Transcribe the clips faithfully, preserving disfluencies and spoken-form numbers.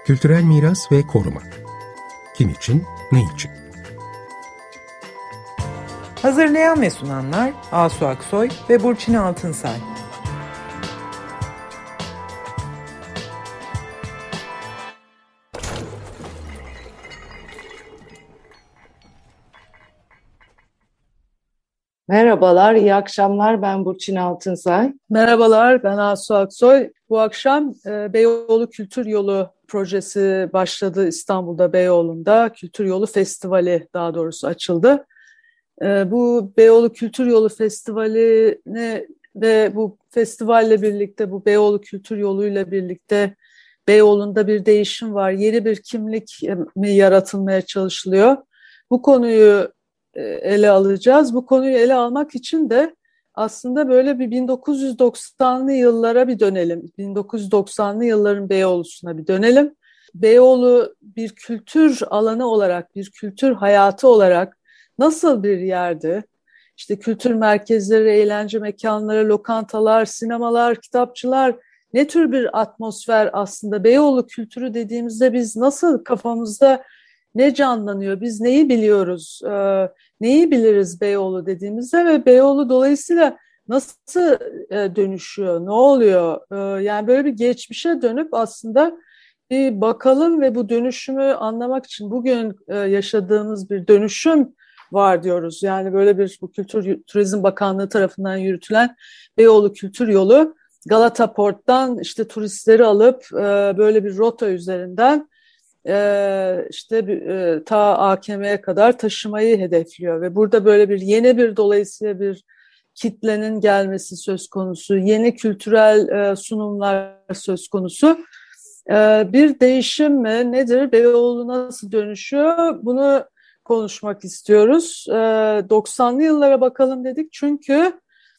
Kültürel miras ve koruma. Kim için, ne için? Hazırlayan ve sunanlar Asu Aksoy ve Burçin Altınsay. Merhabalar, iyi akşamlar. Ben Burçin Altınsay. Merhabalar, ben Asu Aksoy. Bu akşam e, Beyoğlu Kültür Yolu projesi başladı İstanbul'da, Beyoğlu'nda. Kültür Yolu Festivali daha doğrusu açıldı. E, bu Beyoğlu Kültür Yolu Festivali'ne ve bu festivalle birlikte, bu Beyoğlu Kültür Yolu'yla birlikte Beyoğlu'nda bir değişim var. Yeni bir kimlik mi yaratılmaya çalışılıyor? Bu konuyu ele alacağız. Bu konuyu ele almak için de aslında böyle bir bin dokuz yüz doksanlı yıllara bir dönelim. bin dokuz yüz doksanlı yılların Beyoğlu'suna bir dönelim. Beyoğlu bir kültür alanı olarak, bir kültür hayatı olarak nasıl bir yerdi? İşte kültür merkezleri, eğlence mekanları, lokantalar, sinemalar, kitapçılar, ne tür bir atmosfer aslında? Beyoğlu kültürü dediğimizde biz nasıl kafamızda ne canlanıyor? Biz neyi biliyoruz? E, neyi biliriz Beyoğlu dediğimizde ve Beyoğlu dolayısıyla nasıl e, dönüşüyor? Ne oluyor? E, yani böyle bir geçmişe dönüp aslında bir bakalım ve bu dönüşümü anlamak için bugün e, yaşadığımız bir dönüşüm var diyoruz. Yani böyle bir bu Kültür Turizm Bakanlığı tarafından yürütülen Beyoğlu Kültür Yolu Galata Port'tan işte turistleri alıp e, böyle bir rota üzerinden Ee, işte e, ta A K M'ye kadar taşımayı hedefliyor ve burada böyle bir yeni bir dolayısıyla bir kitlenin gelmesi söz konusu, yeni kültürel e, sunumlar söz konusu. Ee, bir değişim mi nedir? Beyoğlu nasıl dönüşüyor? Bunu konuşmak istiyoruz. Ee, doksanlı yıllara bakalım dedik çünkü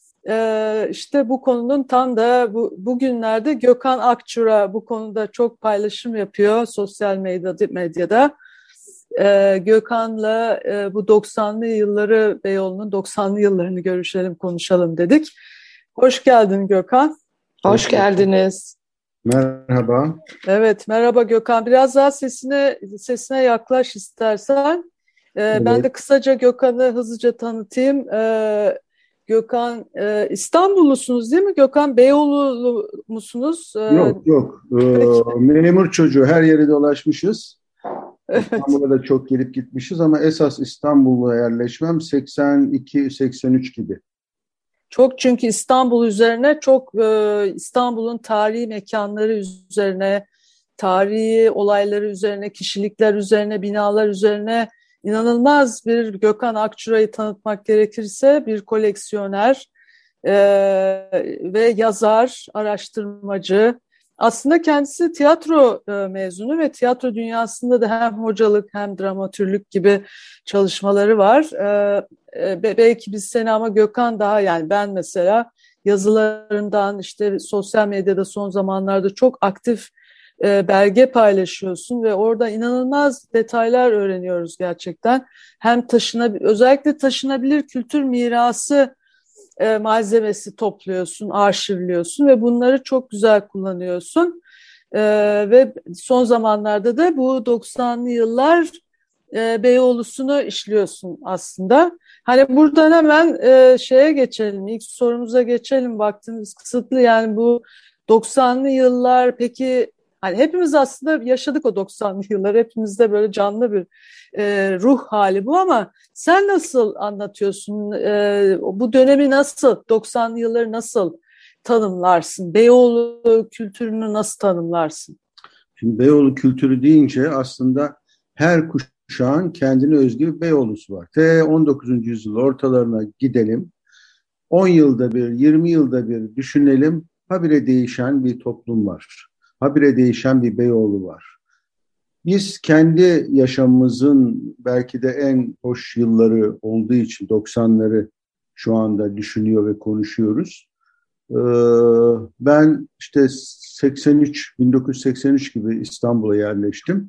Ee, işte bu konunun tam da bu, bugünlerde Gökhan Akçura bu konuda çok paylaşım yapıyor sosyal medyada. medyada. Ee, Gökhan'la e, bu doksanlı yılları, Beyoğlu'nun doksanlı yıllarını görüşelim, konuşalım dedik. Hoş geldin Gökhan. Hoş geldiniz. Merhaba. Evet, merhaba Gökhan. Biraz daha sesine sesine yaklaş istersen. Ee, Evet. Ben de kısaca Gökhan'ı hızlıca tanıtayım. Ee, Gökhan, e, İstanbullusunuz değil mi? Gökhan, Beyoğlu musunuz? Ee, Yok yok. Ee, memur çocuğu, her yere dolaşmışız. evet. İstanbul'a da çok gelip gitmişiz ama esas İstanbul'a yerleşmem seksen iki seksen üç gibi. Çok çünkü İstanbul üzerine çok e, İstanbul'un tarihi mekanları üzerine, tarihi olayları üzerine, kişilikler üzerine, binalar üzerine inanılmaz bir Gökhan Akçura'yı tanıtmak gerekirse bir koleksiyoner e, ve yazar, araştırmacı. Aslında kendisi tiyatro e, mezunu ve tiyatro dünyasında da hem hocalık hem dramatürlük gibi çalışmaları var. E, e, belki biz seni ama Gökhan daha yani ben mesela yazılarından işte sosyal medyada son zamanlarda çok aktif e, belge paylaşıyorsun ve orada inanılmaz detaylar öğreniyoruz gerçekten. Hem taşınabilir, özellikle taşınabilir kültür mirası e, malzemesi topluyorsun, arşivliyorsun ve bunları çok güzel kullanıyorsun. E, ve son zamanlarda da bu doksanlı yıllar e, Beyoğlu'sunu işliyorsun aslında. Hani buradan hemen e, şeye geçelim, ilk sorumuza geçelim. Vaktimiz kısıtlı yani bu doksanlı yıllar peki hani hepimiz aslında yaşadık o doksanlı yıllar. Hepimizde böyle canlı bir e, ruh hali bu ama sen nasıl anlatıyorsun? E, bu dönemi nasıl, doksanlı yılları nasıl tanımlarsın? Beyoğlu kültürünü nasıl tanımlarsın? Şimdi Beyoğlu kültürü deyince aslında her kuşağın kendine özgü bir Beyoğlu'su var. T on dokuzuncu yüzyıl ortalarına gidelim. on yılda bir, yirmi yılda bir düşünelim. Habire değişen bir toplum var. Habire değişen bir Beyoğlu var. Biz kendi yaşamımızın belki de en hoş yılları olduğu için doksanları şu anda düşünüyor ve konuşuyoruz. Ee, ben işte seksen üç, bin dokuz yüz seksen üç gibi İstanbul'a yerleştim.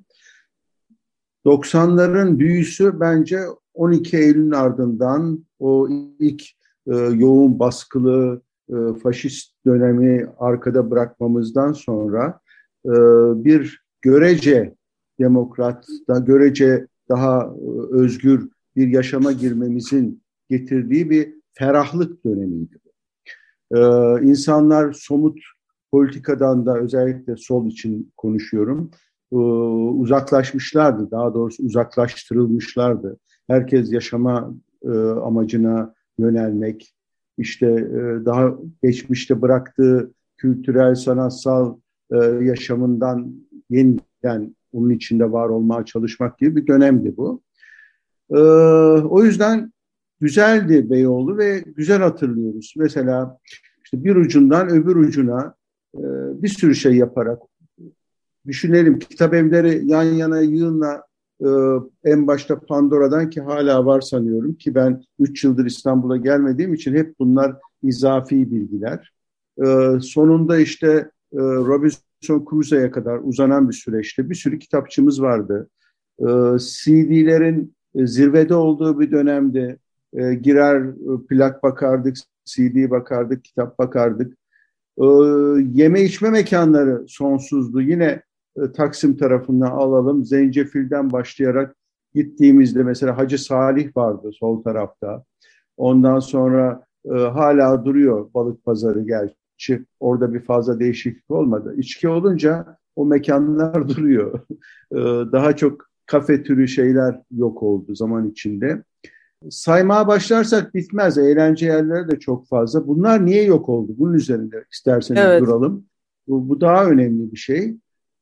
doksanların büyüsü bence on iki Eylül'ün ardından o ilk e, yoğun baskılı e, faşist dönemi arkada bırakmamızdan sonra e, bir görece demokrat, da görece daha e, özgür bir yaşama girmemizin getirdiği bir ferahlık dönemiydi. Ee, insanlar somut politikadan da, özellikle sol için konuşuyorum, e, uzaklaşmışlardı. Daha doğrusu uzaklaştırılmışlardı. Herkes yaşama e, amacına yönelmek, işte e, daha geçmişte bıraktığı kültürel, sanatsal e, yaşamından yeniden onun içinde var olmaya çalışmak gibi bir dönemdi bu. E, o yüzden güzeldi Beyoğlu ve güzel hatırlıyoruz. Mesela işte bir ucundan öbür ucuna e, bir sürü şey yaparak düşünelim. Kitap evleri yan yana yığınla, e, en başta Pandora'dan, ki hala var sanıyorum, ki ben üç yıldır İstanbul'a gelmediğim için hep bunlar izafi bilgiler. E, sonunda işte e, Robinson Crusoe'ya kadar uzanan bir süreçte bir sürü kitapçımız vardı. E, C D'lerin e, zirvede olduğu bir dönemde e, girer e, plak bakardık, C D bakardık, kitap bakardık. E, yeme içme mekanları sonsuzdu. Yine e, Taksim tarafından alalım. Zencefil'den başlayarak gittiğimizde mesela Hacı Salih vardı sol tarafta. Ondan sonra e, hala duruyor Balık Pazarı gerçi. Orada bir fazla değişiklik olmadı. İçki olunca o mekanlar duruyor. E, daha çok kafe türü şeyler yok oldu zaman içinde. Saymaya başlarsak bitmez. Eğlence yerleri de çok fazla. Bunlar niye yok oldu? Bunun üzerinde isterseniz evet. duralım. Bu, bu daha önemli bir şey.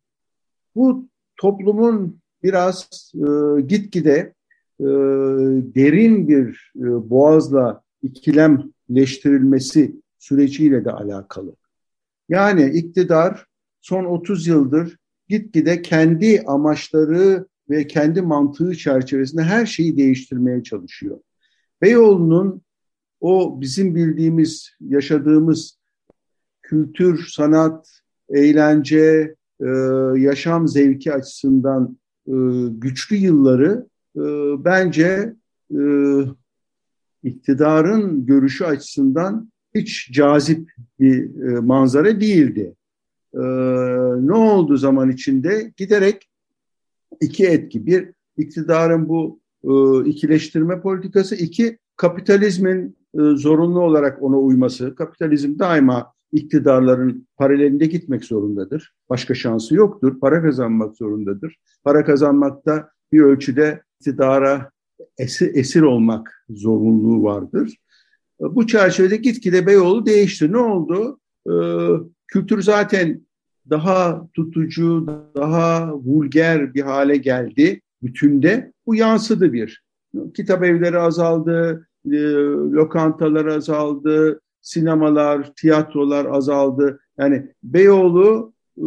Bu toplumun biraz e, gitgide e, derin bir e, boğazla ikilemleştirilmesi süreciyle de alakalı. Yani iktidar son otuz yıldır gitgide kendi amaçları ve kendi mantığı çerçevesinde her şeyi değiştirmeye çalışıyor. Beyoğlu'nun o bizim bildiğimiz, yaşadığımız kültür, sanat, eğlence, e, yaşam zevki açısından e, güçlü yılları e, bence e, iktidarın görüşü açısından hiç cazip bir e, manzara değildi. E, ne oldu zaman içinde? Giderek iki etki. Bir, iktidarın bu e, ikileştirme politikası. İki, kapitalizmin e, zorunlu olarak ona uyması. Kapitalizm daima iktidarların paralelinde gitmek zorundadır. Başka şansı yoktur. Para kazanmak zorundadır. Para kazanmakta bir ölçüde iktidara esir, esir olmak zorunluluğu vardır. E, bu çerçevede gitgide Beyoğlu değişti. Ne oldu? E, kültür zaten daha tutucu, daha vulger bir hale geldi bütünde. Bu yansıdı bir. Kitap evleri azaldı, e, lokantalar azaldı, sinemalar, tiyatrolar azaldı. Yani Beyoğlu e,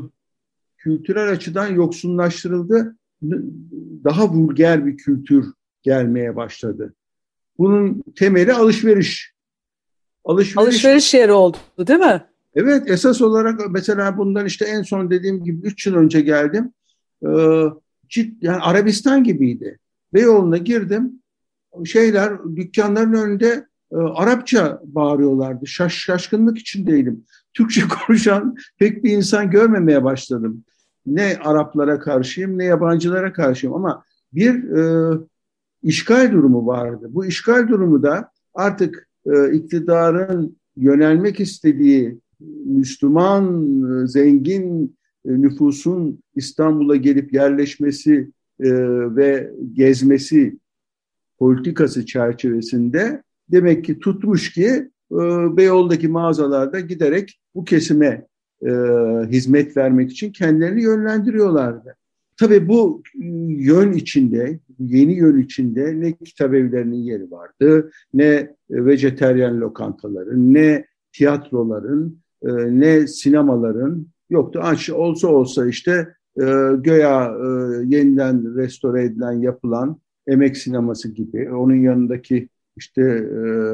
kültürel açıdan yoksunlaştırıldı. Daha vulger bir kültür gelmeye başladı. Bunun temeli alışveriş. Alışveriş, alışveriş yeri oldu, değil mi? Evet, esas olarak mesela bundan işte en son dediğim gibi üç yıl önce geldim. Ee, cid, yani Arabistan gibiydi. Beyoğlu'na girdim. Şeyler, dükkanların önünde e, Arapça bağırıyorlardı. Şaş, şaşkınlık içindeydim. Türkçe konuşan pek bir insan görmemeye başladım. Ne Araplara karşıyım ne yabancılara karşıyım ama bir e, işgal durumu vardı. Bu işgal durumu da artık e, iktidarın yönelmek istediği Müslüman, zengin nüfusun İstanbul'a gelip yerleşmesi e, ve gezmesi politikası çerçevesinde demek ki tutmuş ki e, Beyoğlu'ndaki mağazalarda giderek bu kesime e, hizmet vermek için kendilerini yönlendiriyorlardı. Tabii bu yön içinde, yeni yön içinde ne kitap evlerinin yeri vardı, ne vejeteryan lokantaların, ne tiyatroların, ne sinemaların yoktu. Aç olsa olsa işte göya yeniden restore edilen, yapılan Emek Sineması gibi, onun yanındaki işte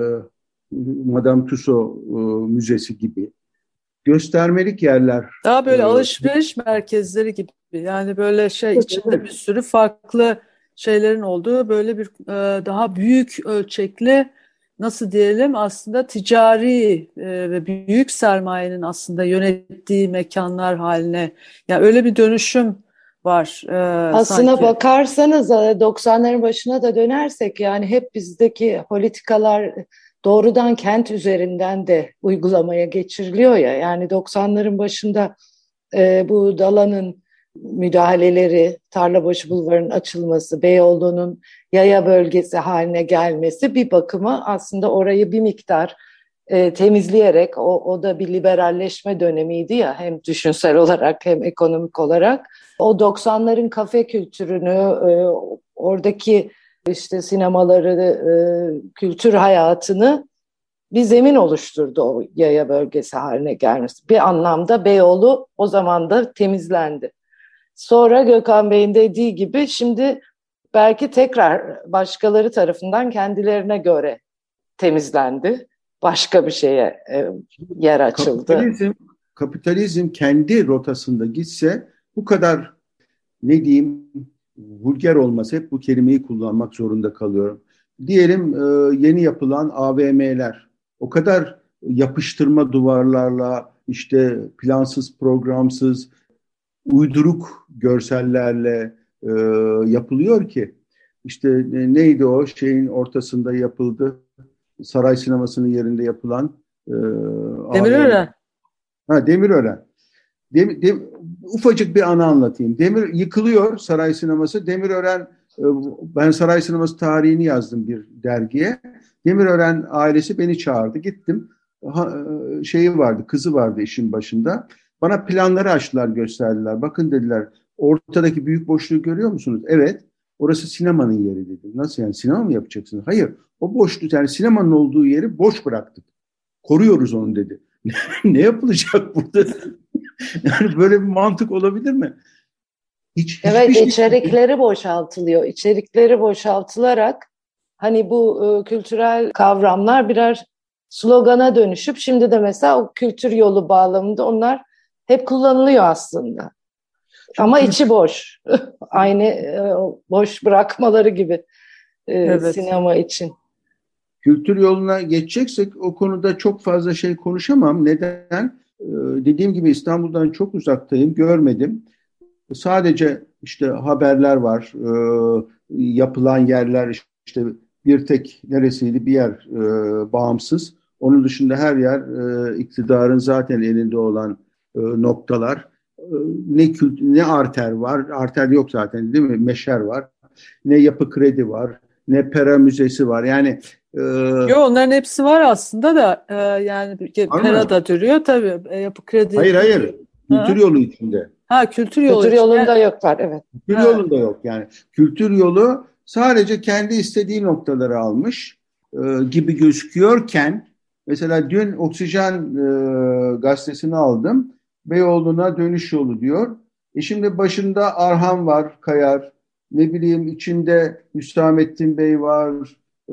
Madame Tussauds Müzesi gibi göstermelik yerler. Daha böyle alışveriş merkezleri gibi. Yani böyle şey içinde bir sürü farklı şeylerin olduğu böyle bir daha büyük ölçekli nasıl diyelim, aslında ticari e, ve büyük sermayenin aslında yönettiği mekanlar haline, yani öyle bir dönüşüm var e, Aslına sanki. bakarsanız doksanların başına da dönersek yani hep bizdeki politikalar doğrudan kent üzerinden de uygulamaya geçiriliyor ya. Yani doksanların başında e, bu Dala'nın müdahaleleri, Tarlabaşı Bulvarı'nın açılması, Beyoğlu'nun yaya bölgesi haline gelmesi bir bakıma aslında orayı bir miktar e, temizleyerek, o, o da bir liberalleşme dönemiydi ya, hem düşünsel olarak hem ekonomik olarak. O doksanların kafe kültürünü, e, oradaki işte sinemaları, e, kültür hayatını bir zemin oluşturdu o yaya bölgesi haline gelmesi. Bir anlamda Beyoğlu o zaman da temizlendi. Sonra Gökhan Bey'in dediği gibi şimdi belki tekrar başkaları tarafından kendilerine göre temizlendi. Başka bir şeye e, yer açıldı. Kapitalizm, kapitalizm kendi rotasında gitse bu kadar, ne diyeyim, vulgar olması, hep bu kelimeyi kullanmak zorunda kalıyorum. Diyelim e, yeni yapılan A V M'ler o kadar yapıştırma duvarlarla, işte plansız, programsız, uyduruk görsellerle e, yapılıyor ki, işte e, neydi o şeyin ortasında yapıldı, Saray Sineması'nın yerinde yapılan e, Demirören. Ha, Demirören. Dem, dem, ufacık bir anı anlatayım. Demir yıkılıyor, Saray Sineması. Demirören, e, ben Saray Sineması tarihini yazdım bir dergiye. Demirören ailesi beni çağırdı. Gittim. Ha, şeyi vardı, kızı vardı işin başında. Bana planları açtılar, gösterdiler. Bakın dediler, ortadaki büyük boşluğu görüyor musunuz? Evet. Orası sinemanın yeri dedim. Nasıl yani, sinema mı yapacaksınız? Hayır. O boşluk, yani sinemanın olduğu yeri boş bıraktık. Koruyoruz onu dedi. Ne yapılacak burada? Yani böyle bir mantık olabilir mi? Hiç, Evet, şey... içerikleri boşaltılıyor. İçerikleri boşaltılarak hani bu e, kültürel kavramlar birer slogana dönüşüp şimdi de mesela o kültür yolu bağlamında onlar hep kullanılıyor aslında. Çünkü... Ama içi boş. Aynı e, boş bırakmaları gibi e, evet. Sinema için. Kültür yoluna geçeceksek o konuda çok fazla şey konuşamam. Neden? Ee, dediğim gibi İstanbul'dan çok uzaktayım, görmedim. Sadece işte haberler var, e, yapılan yerler, işte bir tek neresiydi, bir yer e, bağımsız. Onun dışında her yer e, iktidarın zaten elinde olan e, noktalar. E, ne kült, ne arter var, arter yok zaten değil mi? Meşer var. Ne Yapı Kredi var, ne Pera Müzesi var. Yani Ee, Yok, onların hepsi var aslında da e, yani Pera da duruyor tabii. E, Yapı Kredi. Hayır hayır. Kültür ha? Yolu içinde. Ha, kültür yolu. Kültür yolunda yani... yok var, evet. Kültür ha. Yolunda yok yani. Kültür yolu sadece kendi istediği noktaları almış e, gibi gözüküyorken, mesela dün Oksijen e, gazetesini aldım. Beyoğlu'na dönüş yolu diyor. E şimdi başında Arhan var, Kayar. Ne bileyim, içinde Hüsamettin Bey var. E,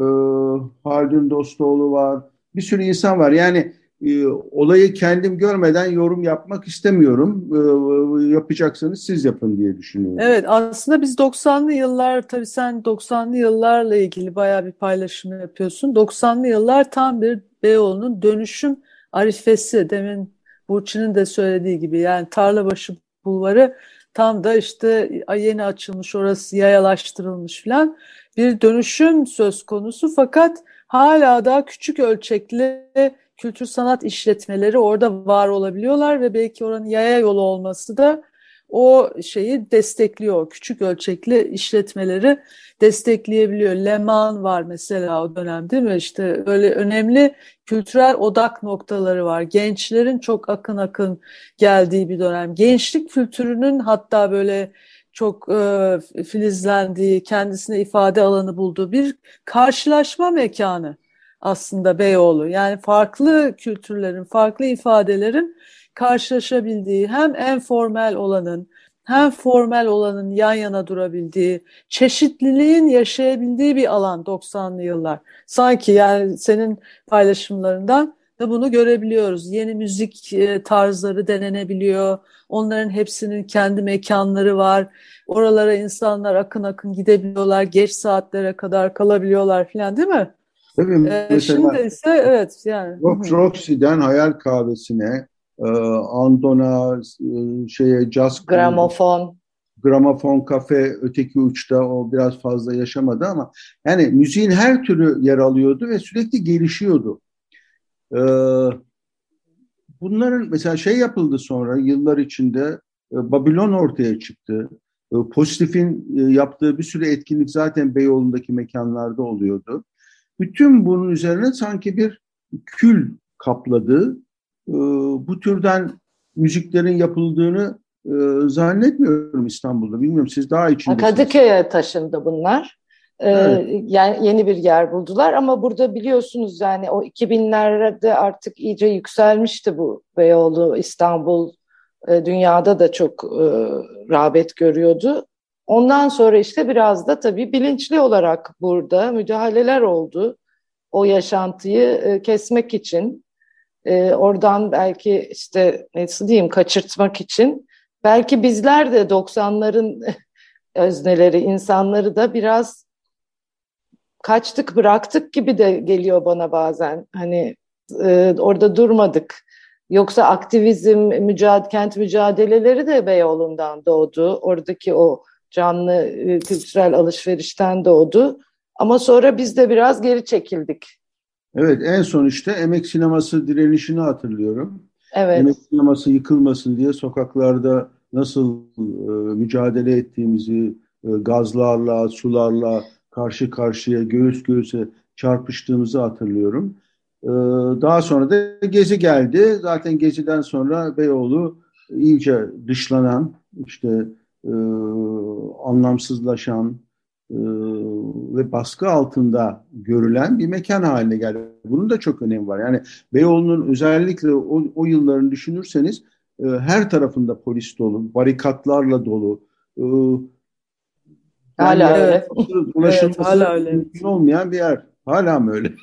Haldun Dostoğlu var. Bir sürü insan var. Yani e, olayı kendim görmeden yorum yapmak istemiyorum. E, yapacaksanız siz yapın diye düşünüyorum. Evet, aslında biz doksanlı yıllar, tabii sen doksanlı yıllarla ilgili bayağı bir paylaşım yapıyorsun. doksanlı yıllar tam bir Beyoğlu'nun dönüşüm arifesi. Demin Burçin'in de söylediği gibi, yani Tarlabaşı Bulvarı tam da işte yeni açılmış, orası yayalaştırılmış falan bir dönüşüm söz konusu, fakat hala da küçük ölçekli kültür sanat işletmeleri orada var olabiliyorlar ve belki oranın yaya yolu olması da o şeyi destekliyor. Küçük ölçekli işletmeleri destekleyebiliyor. Leman var mesela o dönem, değil mi? İşte öyle önemli kültürel odak noktaları var. Gençlerin çok akın akın geldiği bir dönem. Gençlik kültürünün hatta böyle çok e, filizlendiği, kendisine ifade alanı bulduğu bir karşılaşma mekanı aslında Beyoğlu. Yani farklı kültürlerin, farklı ifadelerin karşılaşabildiği, hem en formel olanın hem formel olanın yan yana durabildiği, çeşitliliğin yaşayabildiği bir alan doksanlı yıllar. Sanki yani senin paylaşımlarından da bunu görebiliyoruz. Yeni müzik tarzları denenebiliyor. Onların hepsinin kendi mekanları var. Oralara insanlar akın akın gidebiliyorlar. Geç saatlere kadar kalabiliyorlar falan, değil mi? Tabii E, mesela şimdi ise evet yani. Rox Roxy'den Hayal Kahvesi'ne, e, Andona, e, şeye Jazz Club, Gramofon. Gramofon Kafe öteki uçta, o biraz fazla yaşamadı ama yani müziğin her türü yer alıyordu ve sürekli gelişiyordu. Ee, Bunların mesela şey yapıldı sonra yıllar içinde, e, Babylon ortaya çıktı. E, Pozitif'in e, yaptığı bir sürü etkinlik zaten Beyoğlu'ndaki mekanlarda oluyordu. Bütün bunun üzerine sanki bir kül kapladı. E, Bu türden müziklerin yapıldığını e, zannetmiyorum İstanbul'da. Bilmiyorum, siz daha içindesiniz. Kadıköy'e taşındı bunlar. Ee, Evet. Yani yeni bir yer buldular ama burada biliyorsunuz yani o iki binlerde artık iyice yükselmişti bu Beyoğlu, İstanbul, e, dünyada da çok e, rağbet görüyordu. Ondan sonra işte biraz da tabii bilinçli olarak burada müdahaleler oldu. O yaşantıyı e, kesmek için, e, oradan belki işte nasıl diyeyim kaçırtmak için. Belki bizler de doksanların özneleri, insanları da biraz kaçtık bıraktık gibi de geliyor bana bazen. Hani e, orada durmadık. Yoksa aktivizm, mücadele, kent mücadeleleri de Beyoğlu'ndan doğdu. Oradaki o canlı e, kültürel alışverişten doğdu. Ama sonra biz de biraz geri çekildik. Evet, en son işte Emek Sineması direnişini hatırlıyorum. Emek Evet. sineması yıkılmasın diye sokaklarda nasıl e, mücadele ettiğimizi, e, gazlarla, sularla karşı karşıya, göğüs göğüse çarpıştığımızı hatırlıyorum. E, Daha sonra da Gezi geldi. Zaten Gezi'den sonra Beyoğlu iyice dışlanan, işte e, anlamsızlaşan, e, ve baskı altında görülen bir mekan haline geldi. Bunun da çok önemi var. Yani Beyoğlu'nun özellikle o, o yıllarını düşünürseniz e, her tarafında polis dolu, barikatlarla dolu. E, Yani Hala Evet, öyle. yaşaması, evet hala ulaşılması öyle. mümkün Evet. olmayan bir yer. Hala mı öyle?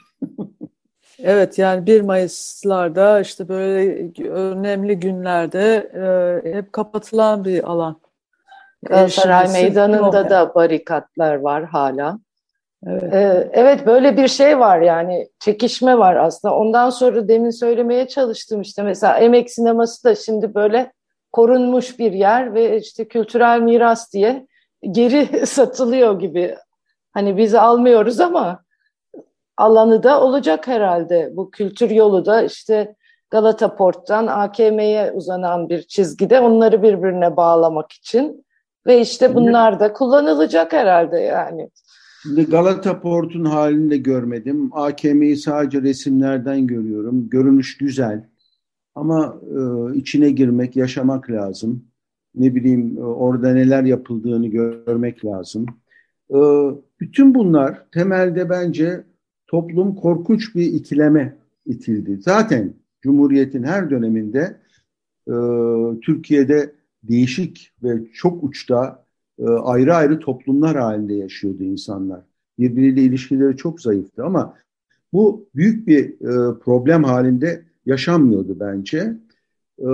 Evet yani bir Mayıs'larda işte böyle önemli günlerde e, hep kapatılan bir alan. Galatasaray Erişilmesi mümkün Meydanı'nda olmayan. da barikatlar var hala. Evet. Ee, Evet, böyle bir şey var yani çekişme var aslında. Ondan sonra demin söylemeye çalıştım işte mesela Emek Sineması da şimdi böyle korunmuş bir yer ve işte kültürel miras diye geri satılıyor gibi. Hani biz almıyoruz ama alanı da olacak herhalde. Bu kültür yolu da işte Galata Port'tan A K M'ye uzanan bir çizgide onları birbirine bağlamak için ve işte Şimdi, bunlar da kullanılacak herhalde yani. şimdi Galata Port'un halini de görmedim. A K M'yi sadece resimlerden görüyorum. Görünüş güzel. Ama e, içine girmek, yaşamak lazım. Ne bileyim, e, orada neler yapıldığını görmek lazım. E, Bütün bunlar temelde bence toplum korkunç bir ikileme itildi. Zaten Cumhuriyet'in her döneminde e, Türkiye'de değişik ve çok uçta e, ayrı ayrı toplumlar halinde yaşıyordu insanlar. Birbiriyle ilişkileri çok zayıftı ama bu büyük bir e, problem halinde yaşanmıyordu bence. E,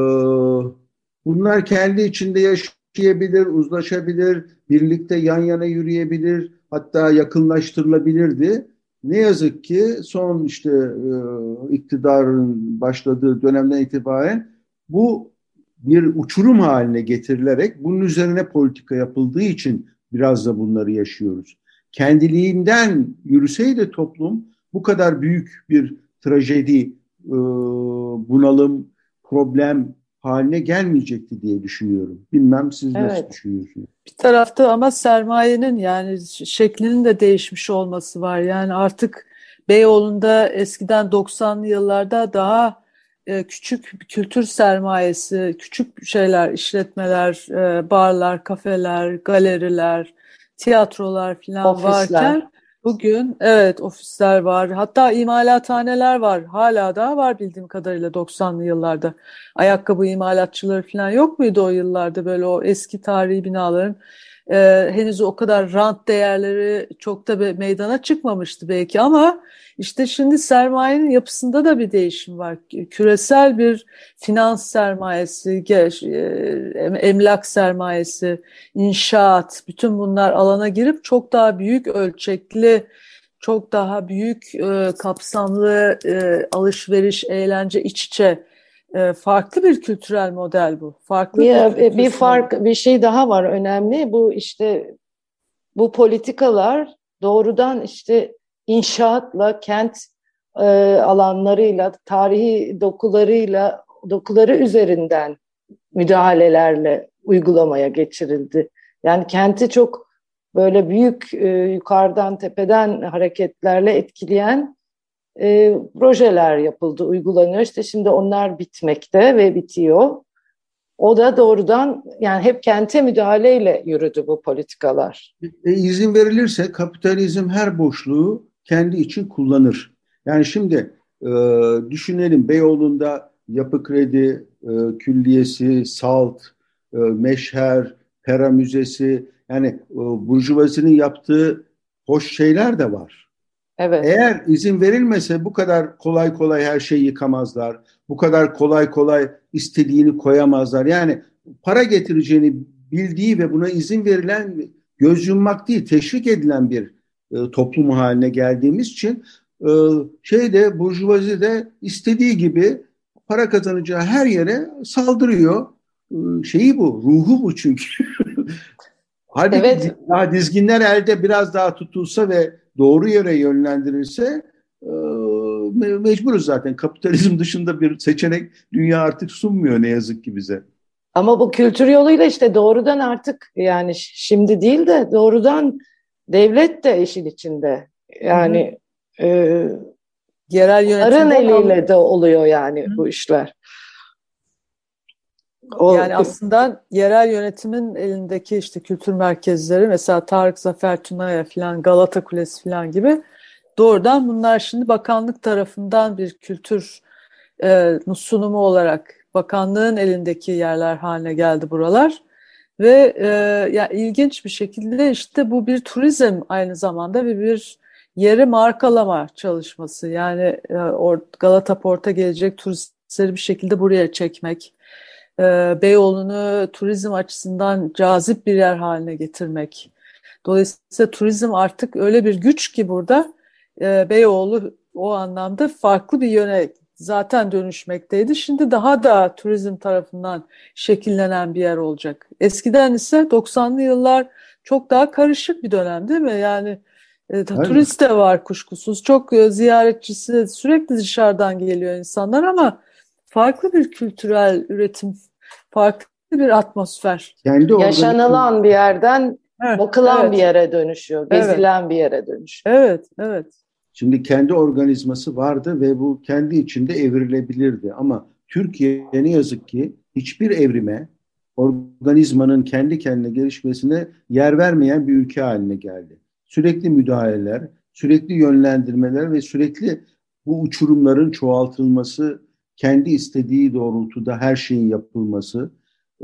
Bunlar kendi içinde yaşayabilir, uzlaşabilir, birlikte yan yana yürüyebilir, hatta yakınlaştırılabilirdi. Ne yazık ki son işte e, iktidarın başladığı dönemden itibaren bu bir uçurum haline getirilerek bunun üzerine politika yapıldığı için biraz da bunları yaşıyoruz. Kendiliğinden yürüseydi toplum bu kadar büyük bir trajedi, e, bunalım, problem haline gelmeyecekti diye düşünüyorum. Bilmem siz nasıl Evet. düşünüyorsunuz? Bir tarafta ama sermayenin yani şeklinin de değişmiş olması var. Yani artık Beyoğlu'nda eskiden doksanlı yıllarda daha e, küçük bir kültür sermayesi, küçük şeyler, işletmeler, e, barlar, kafeler, galeriler, tiyatrolar falan Ofisler. varken bugün evet ofisler var. Hatta imalathaneler var. Hala daha var bildiğim kadarıyla doksanlı yıllarda. Ayakkabı imalatçıları falan yok muydu o yıllarda böyle o eski tarihi binaların e, henüz o kadar rant değerleri çok da be- meydana çıkmamıştı belki ama işte şimdi sermayenin yapısında da bir değişim var. Küresel bir finans sermayesi, ge- e, emlak sermayesi, inşaat, bütün bunlar alana girip çok daha büyük ölçekli çok daha büyük, e, kapsamlı e, alışveriş, eğlence iç içe e, farklı bir kültürel model bu. Farklı bir Bir, kültür bir sunumu. fark, bir şey daha var önemli. Bu işte bu politikalar doğrudan işte inşaatla, kent e, alanlarıyla, tarihi dokularıyla, dokuları üzerinden müdahalelerle uygulamaya geçirildi. Yani kenti çok böyle büyük e, yukarıdan tepeden hareketlerle etkileyen e, projeler yapıldı, uygulanıyor. İşte şimdi onlar bitmekte ve bitiyor. O da doğrudan yani hep kente müdahaleyle yürüdü bu politikalar. E, izin verilirse kapitalizm her boşluğu kendi için kullanır. Yani şimdi e, düşünelim Beyoğlu'nda Yapı Kredi, e, Külliyesi, Salt, e, Meşher, Pera Müzesi yani e, burjuvazinin yaptığı hoş şeyler de var. Evet. Eğer izin verilmese bu kadar kolay kolay her şeyi yıkamazlar. Bu kadar kolay kolay istediğini koyamazlar. Yani para getireceğini bildiği ve buna izin verilen, göz yummak değil, teşvik edilen bir e, toplum haline geldiğimiz için e, şeyde burjuvazi de istediği gibi para kazanacağı her yere saldırıyor. E, şeyi bu, ruhu bu çünkü. Halbuki Evet. daha dizginler elde biraz daha tutulsa ve doğru yere yönlendirilse e, mecburuz zaten. Kapitalizm dışında bir seçenek dünya artık sunmuyor ne yazık ki bize. Ama bu kültür yoluyla işte doğrudan artık yani şimdi değil de doğrudan devlet de işin içinde. Yani hı hı. E, Yerel onların yönetimden eliyle de oluyor yani hı. bu işler. O, yani aslında yerel yönetimin elindeki işte kültür merkezleri mesela Tarık Zafer Tuna'ya falan Galata Kulesi falan gibi doğrudan bunlar şimdi bakanlık tarafından bir kültür e, sunumu olarak bakanlığın elindeki yerler haline geldi buralar ve e, ya ilginç bir şekilde işte bu bir turizm aynı zamanda ve bir yeri markalama çalışması yani e, Galata Port'a gelecek turistleri bir şekilde buraya çekmek. Beyoğlu'nu turizm açısından cazip bir yer haline getirmek. Dolayısıyla turizm artık öyle bir güç ki burada Beyoğlu o anlamda farklı bir yöne zaten dönüşmekteydi. Şimdi daha da turizm tarafından şekillenen bir yer olacak. Eskiden ise doksanlı yıllar çok daha karışık bir dönem değil mi? Yani e, turist de var kuşkusuz. Çok e, ziyaretçisi sürekli dışarıdan geliyor insanlar ama farklı bir kültürel üretim, farklı bir atmosfer. Kendi yaşanılan bir yerden evet, bakılan evet. bir yere dönüşüyor, gezilen evet. bir yere dönüşüyor. Evet, evet. Şimdi kendi organizması vardı ve bu kendi içinde evrilebilirdi. Ama Türkiye ne yazık ki hiçbir evrime, organizmanın kendi kendine gelişmesine yer vermeyen bir ülke haline geldi. Sürekli müdahaleler, sürekli yönlendirmeler ve sürekli bu uçurumların çoğaltılması, kendi istediği doğrultuda her şeyin yapılması, e,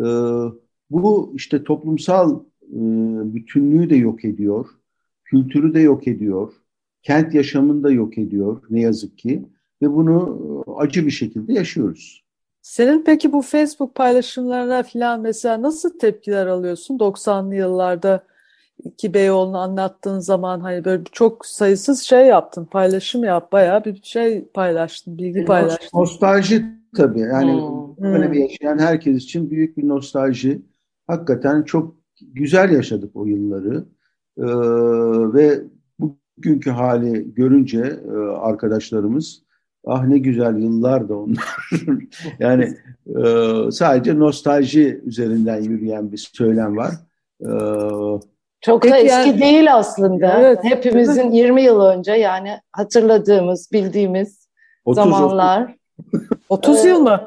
bu işte toplumsal e, bütünlüğü de yok ediyor, kültürü de yok ediyor, kent yaşamını da yok ediyor ne yazık ki ve bunu acı bir şekilde yaşıyoruz. Senin peki bu Facebook paylaşımlarına falan mesela nasıl tepkiler alıyorsun? doksanlı yıllarda ki Beyoğlu'nu anlattığın zaman hani böyle çok sayısız şey yaptın, paylaşım yap, bayağı bir şey paylaştın, bilgi paylaştın. Nostalji tabii yani hmm. böyle bir yaşayan herkes için büyük bir nostalji. Hakikaten çok güzel yaşadık o yılları ee, ve bugünkü hali görünce e, arkadaşlarımız ah ne güzel yıllar da onlar. Yani e, sadece nostalji üzerinden yürüyen bir söylem var. E, Çok Peki da eski yani, değil aslında. Evet, hepimizin yirmi yıl önce yani hatırladığımız, bildiğimiz otuz, zamanlar. otuz yıl mı?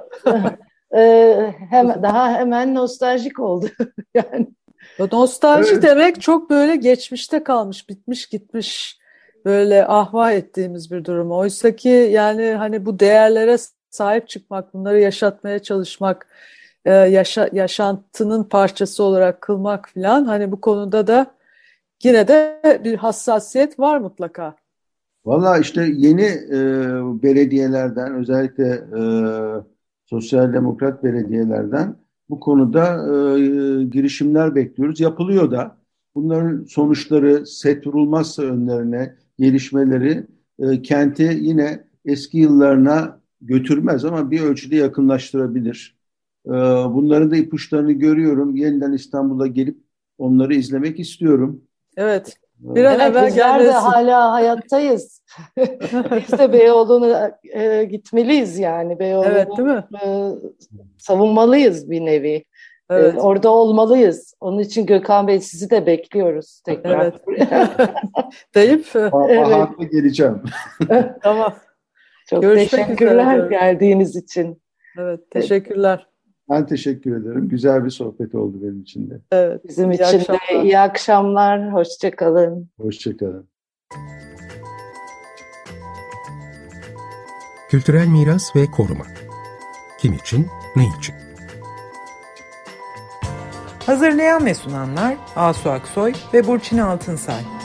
e, hem, daha hemen nostaljik oldu. Yani. Nostalji evet. demek çok böyle geçmişte kalmış, bitmiş gitmiş böyle ahvah ettiğimiz bir durum. Oysa ki yani hani bu değerlere sahip çıkmak, bunları yaşatmaya çalışmak, yaşa, yaşantının parçası olarak kılmak falan hani bu konuda da yine de bir hassasiyet var mutlaka. Valla işte yeni e, belediyelerden özellikle e, sosyal demokrat belediyelerden bu konuda e, girişimler bekliyoruz. Yapılıyor da. Bunların sonuçları set vurulmazsa önlerine, gelişmeleri e, kenti yine eski yıllarına götürmez ama bir ölçüde yakınlaştırabilir. E, bunların da ipuçlarını görüyorum. Yeniden İstanbul'a gelip onları izlemek istiyorum. Evet. Bir an evet, evvel bizler de gelmesin. hala hayattayız. Biz de Beyoğlu'na e, gitmeliyiz yani. Beyoğlu'nu Evet, değil mi? e, savunmalıyız bir nevi. Evet. E, orada olmalıyız. Onun için Gökhan Bey sizi de bekliyoruz tekrar. Evet. Deyip Evet. Haklı geleceğim. tamam. Çok Görüşmek teşekkürler üzere. geldiğiniz için. Evet, teşekkürler. Ben teşekkür ederim. Güzel bir sohbet oldu benim için de. Evet. Bizim iyi için akşamlar. de iyi akşamlar. Hoşça kalın. Hoşçakalın. Kültürel miras ve koruma. Kim için, ne için? Hazırlayan ve sunanlar Asu Aksoy ve Burçin Altınsay.